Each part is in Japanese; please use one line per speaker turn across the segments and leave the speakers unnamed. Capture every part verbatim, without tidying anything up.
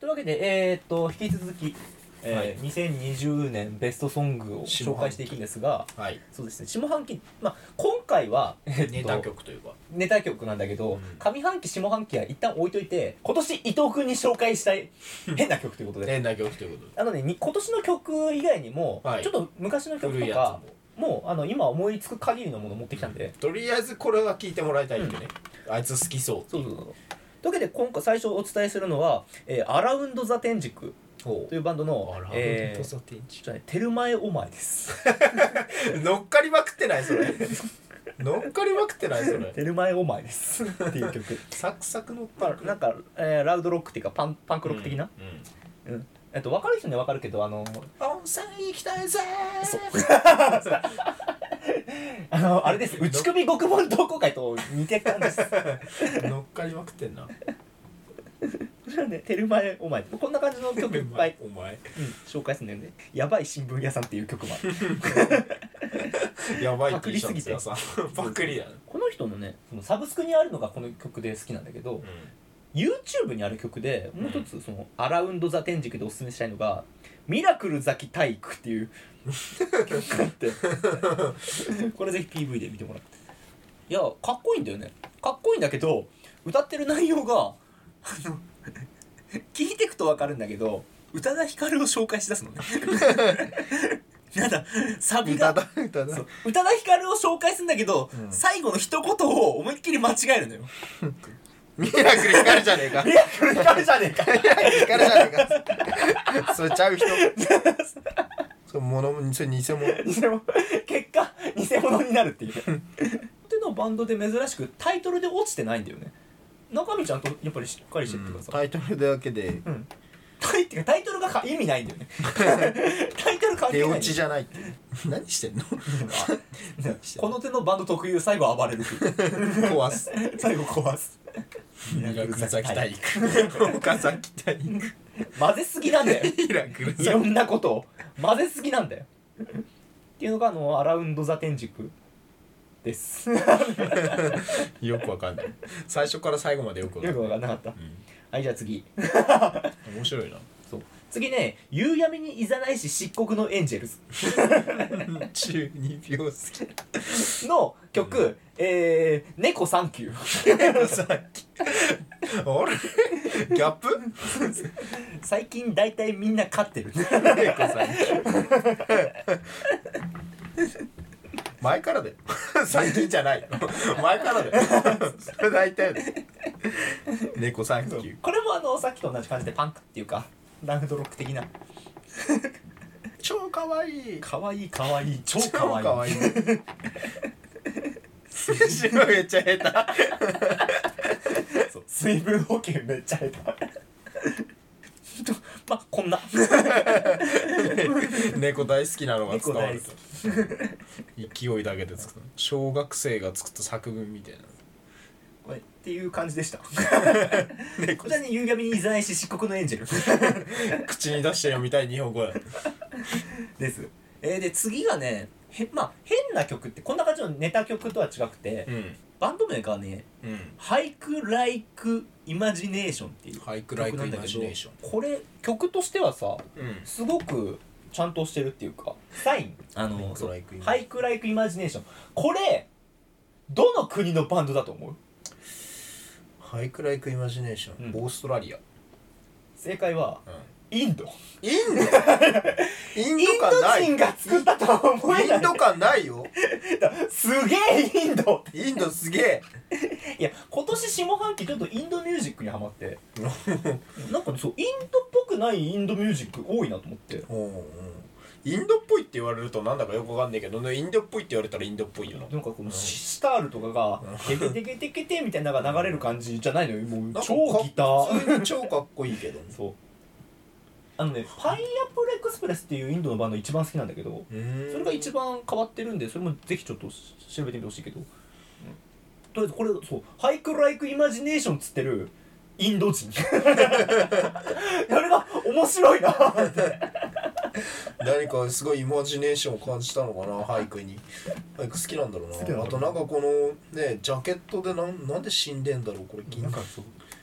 というわけで、えー、っと引き続き、えーはい、にせんにじゅうねんベストソングを紹介していくんですが、
はい、
そうですね、下半期、まあ、今回は、
えー、っとネタ曲というか
ネタ曲なんだけど、うん、上半期下半期は一旦置いといて、今年伊藤君に紹介したい変な曲ということで
変な曲ということで、
あのね、今年の曲以外にも、はい、ちょっと昔の曲とかもうあの今思いつく限りのものを持ってきたんで、うん、
とりあえずこれは聴いてもらいたいんでね、うん、あいつ好きそう。
そうそうそう。というわけで今回最初お伝えするのは、えー、アラウンドザ天竺というバンドの
アラウンドザ天竺、
えー、ね、テルマエお前です
乗っかりまくってないそれ乗っかりまくってないそれ
テルマエお前ですっていう曲
サクサク乗っかる、
なんか、えー、ラウドロックっていうかパン、パンクロック的な、うん、うん、えっと、分かる人には分かるけど、あの
温泉行きたいぜー
そうあのあれです、内首獄門同好会と似てる感じです
乗っかりまくってんな
これはね、テルマエお前、こんな感じの曲いっぱい
お前、うん、
紹介するんだよね。やばい新聞屋さんっていう曲もある
やばい
パクリすぎて
パクリやな。
この人のね、そのサブスクにあるのがこの曲で好きなんだけど、うん、YouTube にある曲でもう一つその、うん、アラウンドザ天竺でおすすめしたいのがミラクルザキ体育っていう曲があってこれぜひ ピーブイ で見てもらって、いやかっこいいんだよね。かっこいいんだけど歌ってる内容があの聞いていくと分かるんだけど宇多田ヒカルを紹介しだすのねなんだサビが宇多田、宇多田、宇多田ヒカルを紹介するんだけど、うん、最後の一言を思いっきり間違えるのよ
ミラクルヒカルじゃねえか
ミラクルヒカルじゃねえか
ミラクルヒカルじゃねえかそれちゃう人それ物それ偽物
偽物結果偽物になるっていうってのバンドで珍しくタイトルで落ちてないんだよね。中身ちゃんとやっぱりしっかりしてるっていうかさ、
うん、タイトルだけで、うん、
タイっていうかタイトルが意味ないんだよねタイトル関係ない。
手落ちじゃないって何してんの
この手のバンド特有、最後暴れる
壊す
最後壊す
ミラクルザキ体育岡崎体育
混ぜすぎなんだよ
ミラクル
いろんなことを混ぜすぎなんだよっていうのがあのアラウンドザ天竺です
よくわかんない。最初から最後までよくわかんない。
よくわかんなかった、うん、はい、じゃあ次
面白いな。
そう、次ね、夕闇にいざないし漆黒のエンジェルズ
中二病好
きの曲、うん、えー、猫サンキュー
猫サンキューあれギャップ
最近だいたいみんな飼ってる猫サンキュー
前からだよ最近じゃない前からだよそれ大体だよ猫サンキュー。
これもあのさっきと同じ感じでパンクっていうかラウドロック的な
超かわいい
かわいいかわいい超かわいい
超かわいい水分めっちゃ下手
そう、水分補給めっちゃ下手まあこんな
猫大好きなのが伝わると勢いだけで作った小学生が作った作文みたいな
これっていう感じでしたこちらに夕闇にいざないし漆黒のエンジェル
口に出して読みたい日本語だ
です、えー、で次がね、へ、まあ、変な曲ってこんな感じのネタ曲とは違くて、うん、バンド名がね、うん、ハイクライクイマジネーションっていう
ハイクライクイマジネーション、
これ曲としてはさ、うん、すごくちゃんとしてるっていうかサイン、あのハイクライクイマジネーション、これどの国のバンドだと思う？
ハイクライクイマジネーション、うん、オーストラリア。
正解は、うん、インド。
インドインド感ない。
インド人が作ったとは思えない。
インド感ないよ
すげえインド
インドすげえ
いや今年下半期ちょっとインドミュージックにハマってなんかそうインドっぽくないインドミュージック多いなと思って、うんうん、
インドっぽいって言われるとなんだかよくわかんないけど、ね、インドっぽいって言われたらインドっぽいよな。
なんかこのシタールとかがテケテケテケテみたいなのが流れる感じじゃないのよ。もう超ギター
普通に超かっこいいけど、ね、
そうあのね、パインアップルエクスプレスっていうインドのバンド一番好きなんだけど、それが一番変わってるんで、それもぜひちょっと調べてみてほしいけど、うん、とりあえずこれそうハイクライクイマジネーションつってるインド人それが面白いなって
何かすごいイマジネーションを感じたのかな。ハイクにハイク好きなんだろうな。あとなんかこのねジャケットでなんなんで死んでんだろうこれ。
なんかそう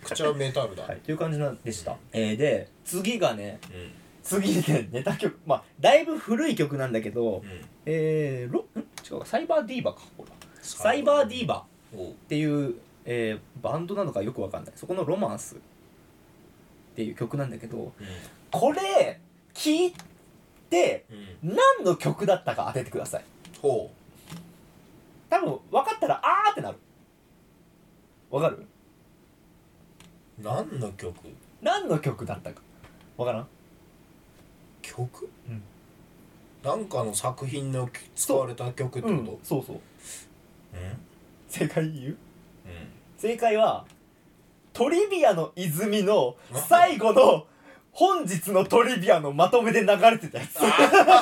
くちゃメタルだ、
はい、という感じなんでした、えー、で次がね
うん
次でネタ曲、まあだいぶ古い曲なんだけど、
うん、
えー、ロん違うかサイバーディーバかほらサイバーディーバ
おう
っていう、えー、バンドなのかよくわかんないそこのロマンスっていう曲なんだけど、
うん
これ聞いて
うん、
何の曲だったか当ててください。
ほ
多分分かったらあーってなる。わかる？
う何の曲
何の曲だったかわからん？
曲、
うん、
なんかの作品の使われた曲ってこと、
うん、そうそう。
うん
正解言う？
うん
正解はトリビアの泉の最後の本日のトリビアのまとめで流れてたやつ。
こん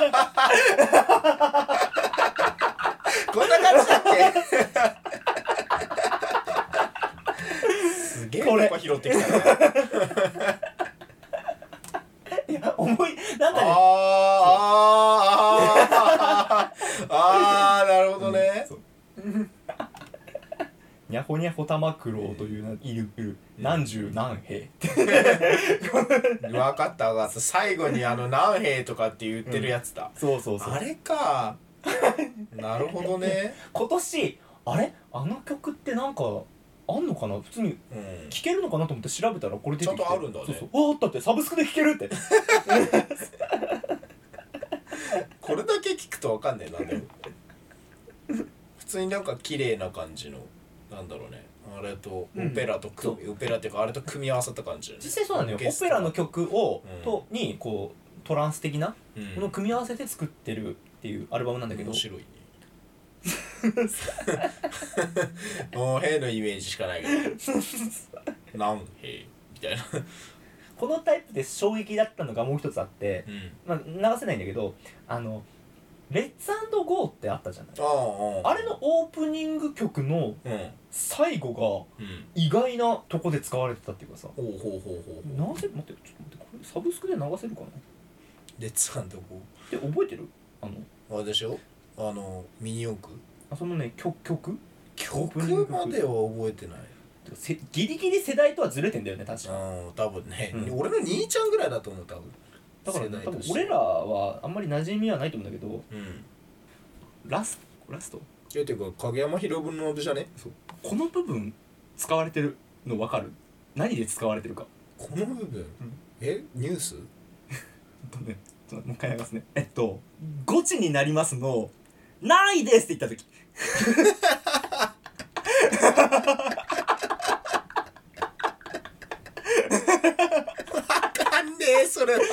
な感じだっけすげえ
これ
とこ拾ってきたな。
いや思いなんかね
あーあーあーなるほどね、
そうにゃほにゃほ玉九郎というないるいる何十何兵
分かった分かった最後にあの何兵とかって言ってるやつだ、
そうそうそう
あれかなるほどね、
今年あれあの曲ってなんかあんのかな普通に
うん、
聴けるのかなと思って調べたらこれ出てきて
ちゃんとあるんだね
そうそうああったってサブスクで聴けるって
これだけ聞くと分かんねえなでも普通になんか綺麗な感じのなんだろうねあれとオペラと組み、
うん
オペラっていうかあれと組み合わさった感じだよね
実際そうなんだよ
オーケストラ
オペラの曲を、
うん
とにこうトランス的な
うん
ものを組み合わせて作ってるっていうアルバムなんだけど
面白いねもう兵のイメージしかないけど何兵みたいな
このタイプで衝撃だったのがもう一つあって、
うん
まあ、流せないんだけどあのレッツ&ゴーってあったじゃない
ああ
あれのオープニング曲の
うん
最後が
うん
意外なとこで使われてたっていうかさ
ほうほうほうほうほう
なぜ待ってちょっと待ってこれサブスクで流せるかなっ
レッツアンドゴ
て覚えてるあの
ーあれでしょあのミニ四駆
あそのね曲曲
曲までは覚えてない
せギリギリ世代とはずれてんだよね確か
うん多分ね、
うん
俺の兄ちゃんぐらいだと思う多分
だから、ね、多
世代として
分俺らはあんまり馴染みはないと思うんだけど
うん
ラスラスト
いやていうか影山博文のじゃね
そうこの部分使われてるの分かる何で使われてるか
この部分、えニュース
えっとねちょっともう一回流すねえっと「ゴチになります」の「ないです」って言った時
わかんねえそれは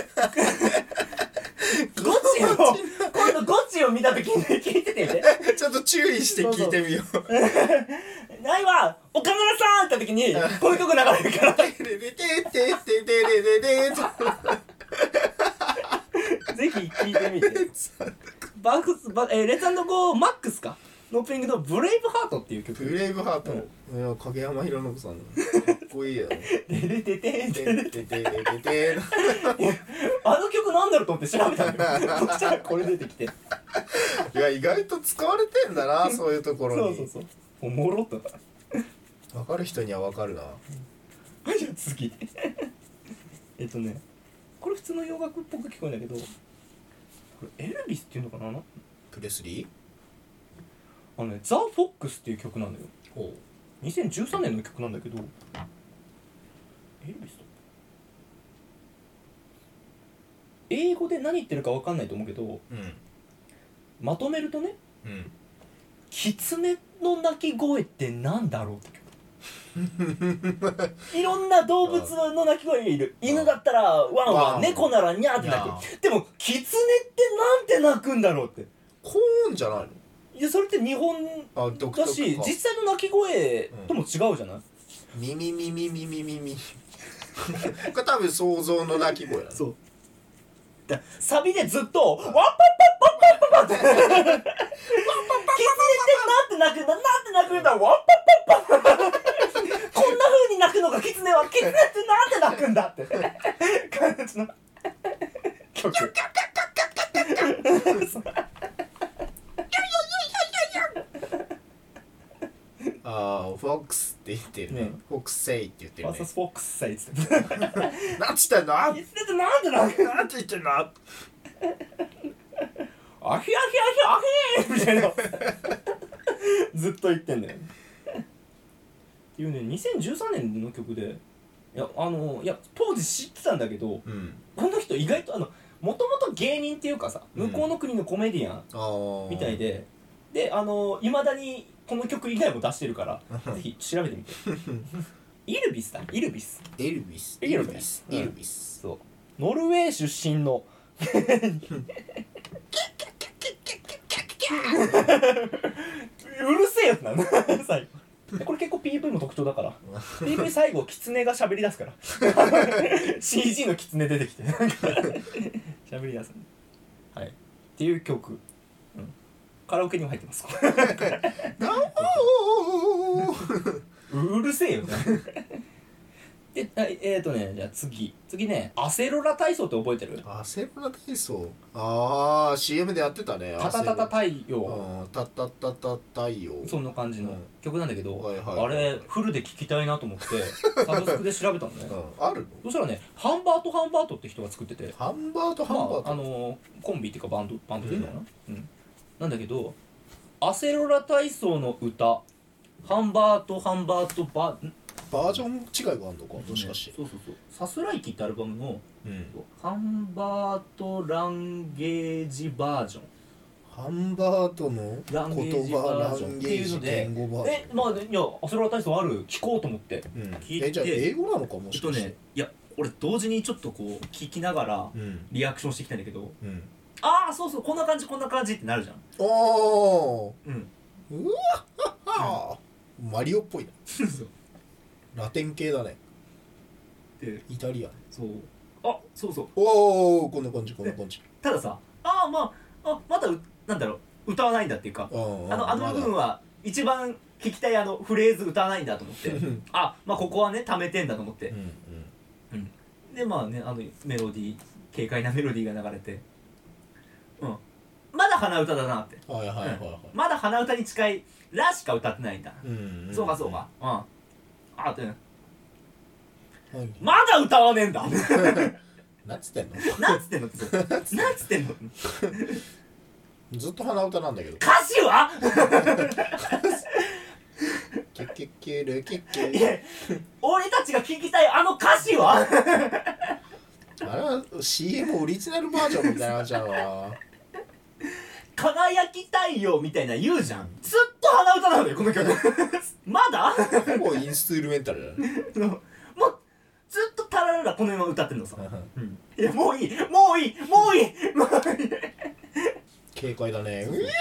ゴチを今度ゴチを見た時に聞いててみて
ちょっと注意して聞いてみよう
ないわ岡村さんって言った時にこの曲流れるから
テレレテテテテレレレテ
ぜひ聞いてみてバークスバ、えー、レッツ&ゴーマックスかのオープニングのブレイブハートっていう曲
ブレイブハート、いや影山博信さんかっこいいやろ
でれてて
テ
て
レテテレテテ
あの曲なんだろうと思って調べたんだよそしたらこれ出てきて
いや意外と使われてんだなそういうところに
そうそうそうおもろっとだ
分かる人には分かるな
じゃあ次えっとねこれ普通の洋楽っぽく聞こえるんだけどこれエルビスっていうのかな
プレスリー
あのねザ・フォックスっていう曲なんだよ
ほ
にせんじゅうさんねんの曲なんだけどエルビスと英語で何言ってるか分かんないと思うけど
ううん
まとめるとね
うん
キツネの鳴き声ってなんだろうって曲いろんな動物の鳴き声がいる犬だったらワン
ワ
ワン
ン
猫ならニャーって鳴
ニャ
くでもキツネってなんて鳴くんだろうって
高音じゃないの
いやそれって日本
あ独
だ
特か
し実際の鳴き声とも違うじゃない、
ミミミミミミミミこれ多分想像の鳴き声だ
そうだサビでずっとワッパッパッパッパッパッパってキツネってなんて鳴くんだなんて鳴くんだワッパッパッパッパッこんな風に鳴くのがキツネはキツネってなんて鳴くんだって感じの曲
あああフォックスって言ってるね、
ね
フォックスセイって言ってるね
バーサスフォックスさえっつって
なんつってんの
言っててなんでなんで
なんて言ってんの
アヒアヒアヒアヒみたいなずっと言ってんだよっていうねにせんじゅうさんねんの曲でいやあのいや当時知ってたんだけど、
うん、
この人意外とあのもともと芸人っていうかさ向こうの国のコメディアンみたいで、うん、であのいまだにこの曲以外も出してるからぜひ調べてみてイルビスだイルビス
エルビス
イルビス
イルビス、
そうノルウェー出身のうるせえやつなんだ最後これ結構 ピーブイ も特徴だから ピーブイ 最後キツネが喋り出すから シージー のキツネ出てきてなんか喋り出す、はいっていう曲、うん、カラオケにも入ってますうるせえよねでえーとねじゃあ次次ねアセロラ体操って覚えてる？
アセロラ体操ああ シーエム でやってたね
タタタタ太陽
あタタタタ太陽
そんな感じの曲なんだけど、
はいはい、
あれフルで聴きたいなと思ってサブスクで調べたのね、
うん、あるの？
そしたらねハンバートハンバートって人が作ってて
ハンバートハンバート、
まあ、あのコンビっていうかバンドバンドでいいのかな、うんうん、なんだけどアセロラ体操の歌ハンバートハンバートバ
バージョン違いがあるのかもしかして、
そうそうそうサスライキってアルバムの、
うん、
ハンバートランゲージバージョン
ハンバートの
ランゲージバージョンっていうのでえまあいやアセロラ体操ある聞こうと思って、うん、聞いて
えじゃあ英語なのかもしかして、
ね、いや俺同時にちょっとこう聞きながらリアクションしてきたんだけど、うん、ああそうそうこんな感じこんな感じってなるじゃん
おー
うん
うわっ、うん、マリオっぽいなラテン系だね
で
イタリアン
そうあそうそう
おおこんな感じこんな感じ
たださああまああまだなんだろう歌わないんだっていうかあのあの部分は一番聞きたいあのフレーズ歌わないんだと思ってあまあここはね貯めてんだと思って、うんうんうん、でまあねあのメロディー軽快なメロディーが流れてうんまだ鼻歌だなって、
はいはいはいはい、うん、
まだ鼻歌に近いらしか歌ってないんだ、
うんうん、
そうかそうかうんあって、
はい、
まだ歌わねえんだ
なんつってんの
なんつってんのなんつってんの
ずっと鼻歌なんだけど
歌詞は
ケケケルケケ
いや俺たちが聞きたいあの歌詞は
あれは シーエム オリジナルバージョンみたいな感じだわ
輝きたいよみたいな言うじゃんずっと鼻歌なのよこの曲まだ
ほぼインストゥルメンタルだね
もうずっとタラララこのまま歌ってんのさ、うん、いやもういいもういいもういいもういい
軽快だねうー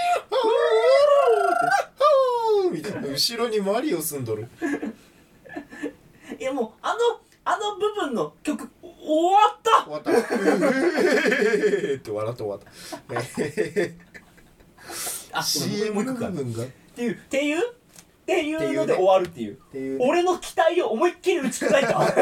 みたいな後ろにマリオ住んどる
いやもうあのあの部分の曲終わった
終わったうーって笑って終わった
あ、
シーエム の部分が
っていうっていうっていうので終わるっていう、
っていう
俺の期待を思いっきり打ち砕いた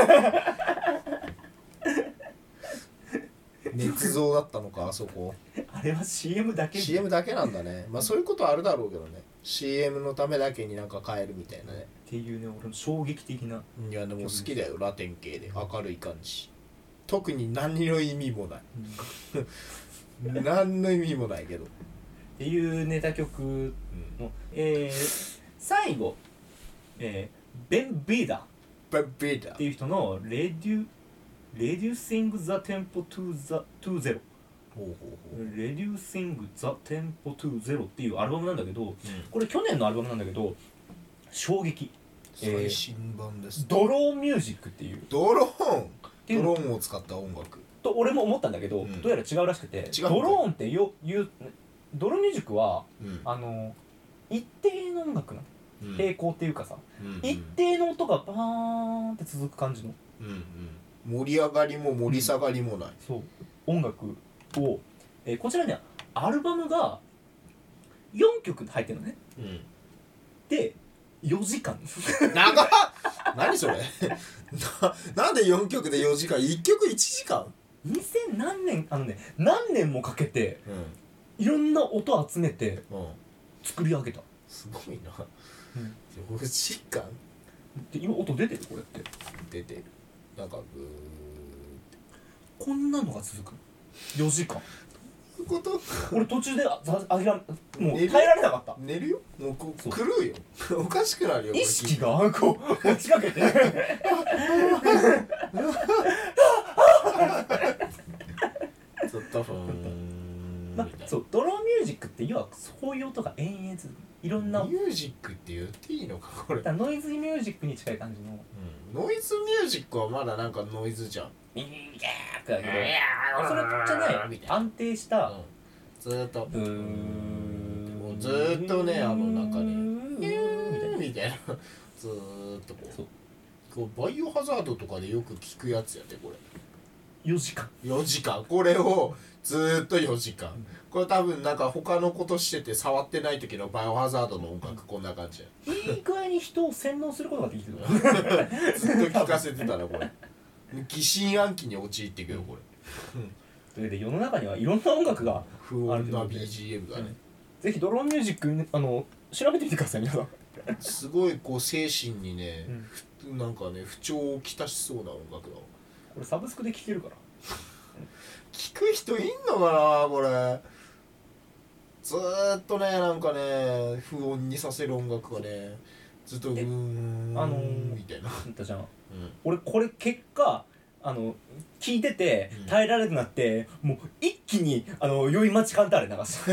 捏造だったのかあそこ
あれは シーエム だけ
シーエム だけなんだねまあそういうことはあるだろうけどね シーエム のためだけになんか変えるみたいなね
っていうね俺の衝撃的ない
やでも好きだよラテン系で明るい感じ特に何の意味もない、うん、何の意味もないけど
っていうネタ曲の、うん、えー、最後、えー、ベン・ビーダ
ベン・ビーダ
っていう人のレデュレデューシング・ザ・テンポ・トゥ・ザ・トゥ・ゼロレデューシング・ザ・テンポ・トゥ・ゼロっていうアルバムなんだけど、うん、これ去年のアルバムなんだけど衝撃
最新版です、ね、
ドローンミュージックっていう
ドローンドローンを使った音楽
と俺も思ったんだけど、うん、どうやら違うらしくてドローンってよいうドローンミュージックは、うん、あの一定の音楽なの、うん、平行っていうかさ、うんうん、一定の音がバーンって続く感じの、
うんうん盛り上がりも盛り下がりもない、うん、
そう音楽を、えー、こちらにはアルバムがよんきょく入ってるのね、うん、でよじかん
長っ何それな, なんでよんきょくでよじかんいっきょくいちじかん
にせん何年あのね何年もかけて、うん、いろんな音集めて、うん、作り上げた
すごいなよじかん
で今音出てるこれって
出てる。なんかブーって
こんなのが続くよじかん。
いうこと
俺途中であざあげらもう
寝る
耐えられなかった。
寝るよもうこ
そう
狂うよおかしくなるよ
意識がこう持ちかけて
ずっとふーん
ま
みたいな。
そうドローミュージックって要はそういう音が延々続くいろんな
ミュージックって言っていいのかこれ、
だからノイズミュージックに近い感じの
うん、ノイズミュージックはまだなんかノイズじゃん。
ビーギャーってだけどそれじゃない安定した
うん、ずーっと
うーん
もうずーっとねあの中に
みたいな
みたいなずーっとこ
そう
うこうバイオハザードとかでよく聞くやつやでこれ
よじかん
よじかんこれをずーっとよじかん、これ多分なんか他のことしてて触ってない時のバイオハザードの音楽こんな感じや
いい具合に人を洗脳することができる
ずっと聞かせてたらこれ疑心暗鬼に陥っていくよこれ
それで世の中にはいろんな音楽が
不穏な ビージーエム がね、
ぜひドローンミュージックあの調べてみてください皆さん。
すごいこう精神にね、
うん
なんかね不調をきたしそうな音楽だわ。
これサブスクで聴けるから。
聞く人いんのかなこれ。ずーっとねなんかね不穏にさせる音楽がねずっとうーん
あのー、
みたいな、
言ったじゃん。
うん、
俺これ結果あの聞いてて耐えられなくなって、うん、もう一気にあの酔い待ちカンターレ流す。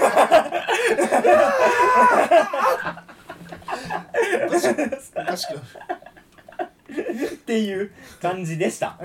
おかしくおかしくなる。
っていう感じでした。はい。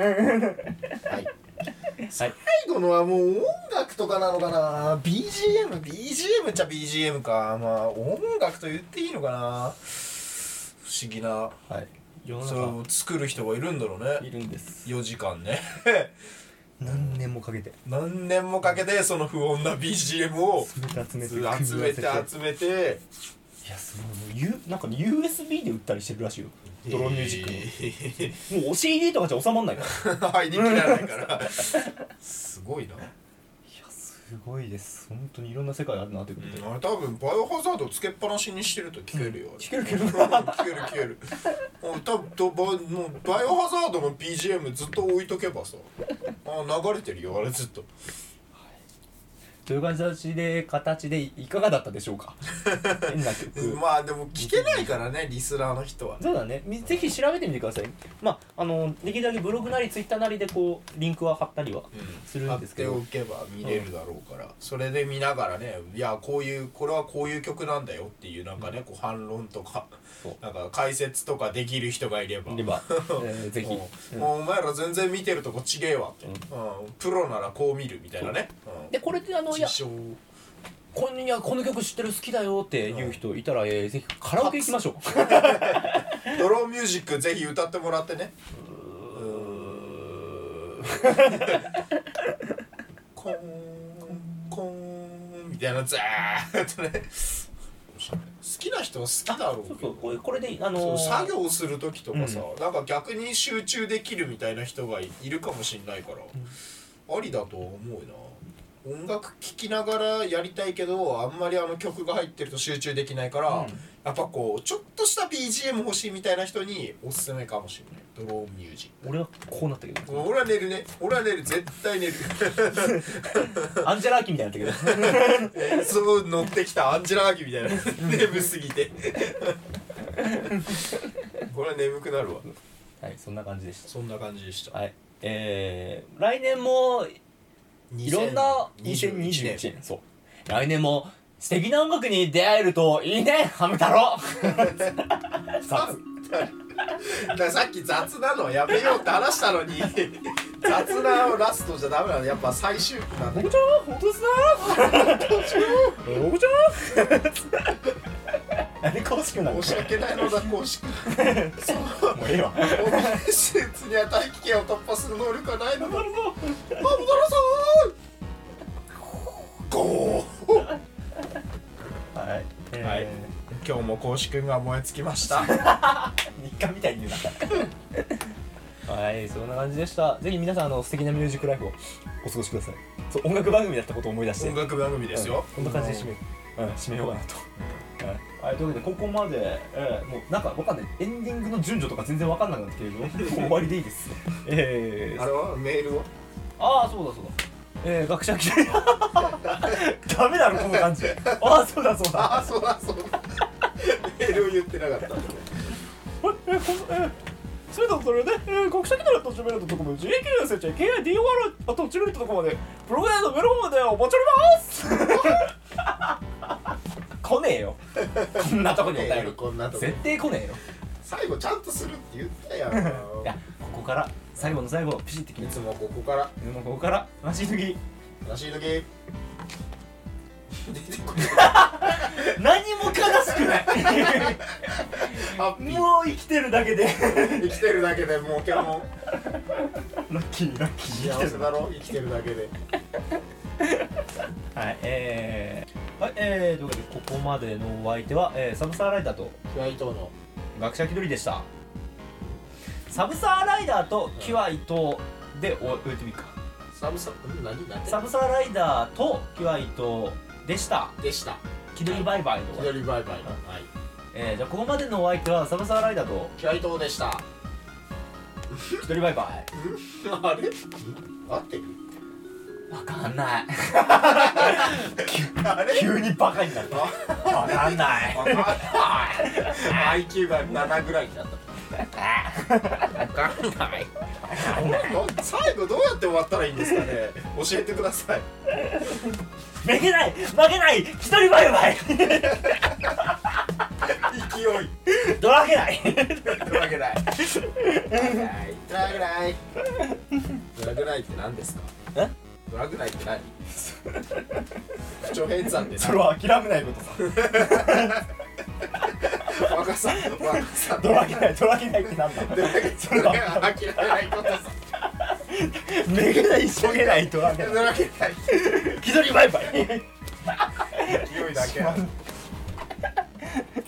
最後のはもう音楽とかなのかな ビージーエム ビージーエム っちゃ ビージーエム かまあ音楽と言っていいのかな不思議な、
はい、世の中
それを作る人がいるんだろうね。
いるんです。
よじかんね
何年もかけて
何年もかけてその不穏な ビージーエム を
集めて集めて
集めて集めて
いやすごいもう、U、なんか ユーエスビー で売ったりしてるらしいよドローミュージックの、えー、もう シーディー とかじゃ収まんないから
入りきらないからすごいな。
いやすごいです。本当にいろんな世界あるなってことで、
うん、あれ多分バイオハザードつけっぱなしにしてると聞けるよ、
うん、聞けるけど
聞ける聞ける多分バもうバイオハザードの ビージーエム ずっと置いとけばさあ流れてるよあれずっと。
という形で形でいかがだったでしょうか。変な曲
まあでも聞けないからねリスナーの人は。
そうだね。ぜひ調べてみてください。まああのできるだけブログなりツイッターなりでこうリンクは貼ったりはするんですけど、
貼っておけば見れるだろうから、うん、それで見ながらねいやこういうこれはこういう曲なんだよっていうなんかね、うん、こう反論とかなんか解説とかできる人がいれば
いれば、えー、ぜひ
もう、うん、もうお前ら全然見てるとこちげえわって、うんうん、プロならこう見るみたいなね、
うん、でこれってあのいやこのいやこの曲知ってる好きだよっていう人いたら、うん、えー、ぜひカラオケ行きましょう。
ドローミュージックぜひ歌ってもらってね。コーンコーンみたいなザーッとね好きな人は好きだろうけど、
そうそうこれこれであのー、
作業する時とかさ、うん、なんか逆に集中できるみたいな人が い, いるかもしんないから、うん、ありだと思うな。音楽聴きながらやりたいけどあんまりあの曲が入ってると集中できないから、うん、やっぱこうちょっとした ビージーエム 欲しいみたいな人におすすめかもしれないドローミュージック。
俺はこうなったけど
俺は寝るね俺は寝る絶対寝る
アンジェラ・アキみたいになったけど
そう乗ってきたアンジェラ・アキみたいな眠すぎてこれは眠くなるわ。
はいそんな感じでした。
そんな感じでした。
はいえー、来年もいろんなにせんにじゅういちねんそう来年も素敵な音楽に出会えるといいねハム太郎
雑だからさっき雑なのやめようって話したのに雑なラストじゃダメなの。やっぱ最終句なんだ。
おこちゃん本当ですなおこちゃんあれ公式なの
申し訳ないのだ公式そう
もうええわ
施設には大気圏を突破する能力はないのだろうな。ハム太郎さんゴー
はい、えー
はい、今日も公式くんが燃え尽きました
日課みたいに言うなはいそんな感じでした。ぜひ皆さんあの素敵なミュージックライフをお過ごしください。そう音楽番組だったことを思い出して
音楽番組ですよ、
うん、こんな感じで締め,、うん、締めようかなと、うんはい、というわけでここまで、えー、もうなんかわかんないエンディングの順序とか全然わかんなくなってきてるけどもう終わりでいいですえー、
あれはメールは
ああそうだそうだえー、学者来てダメだろこの感じああそうだそうだ
ああそうだそうだメールを言ってなかったんだね
えー、このえーそれとそれね、えー、国際機能とジメルトとこも ジェーケー の設置 ケーアイディーオーアール あとジメルトとこまでプログラムのメロホームでお待ちしております来ねえよこんなとこにお便り
こんなとこ
絶対来ねえよ
最後ちゃんとするって言ったやん
いやここから最後の最後ピシッて決め
いつもここから
でもここから悲しい時
悲しい時出てこない
何も悲しくない
ハッピー
もう生きてるだけで
生きてるだけでもう今日も
ラッキーラッキー
幸せだろ生きてるだけで
はいえー、はいえー、というわけでここまでのお相手は、えー、サブサーライダーと
キュアイトーの
学者気取りでした。サブサーライダーとキュア伊藤で終えてみるか。
サブサ何何
サブサーライダーとキュア伊藤でした
でした
気取りバイバイの、
気取りバイバイのはい
えー、じゃあここまでのお相手はサブサーライダーと
キュアイトーでした
気取りバイバイ
あれ合ってる
わかんない
あれ
急にバカになるわかんない
わかんない アイキュー がななぐらいになったわかんない最後どうやって終わったらいいんですかね教えてください
負けない負けない気取りバイバイ
勢い
ドラけない
ドラグライドラグライドラグライって何ですか
え
ドラグライって何不調変算って
それは諦めないことさ
若さ若さ
ドラけないドラけないってなんだ
それは諦めないことさ
めげないしょげないドラけない
ドラグライ
気取りバイバイ
勢いだけ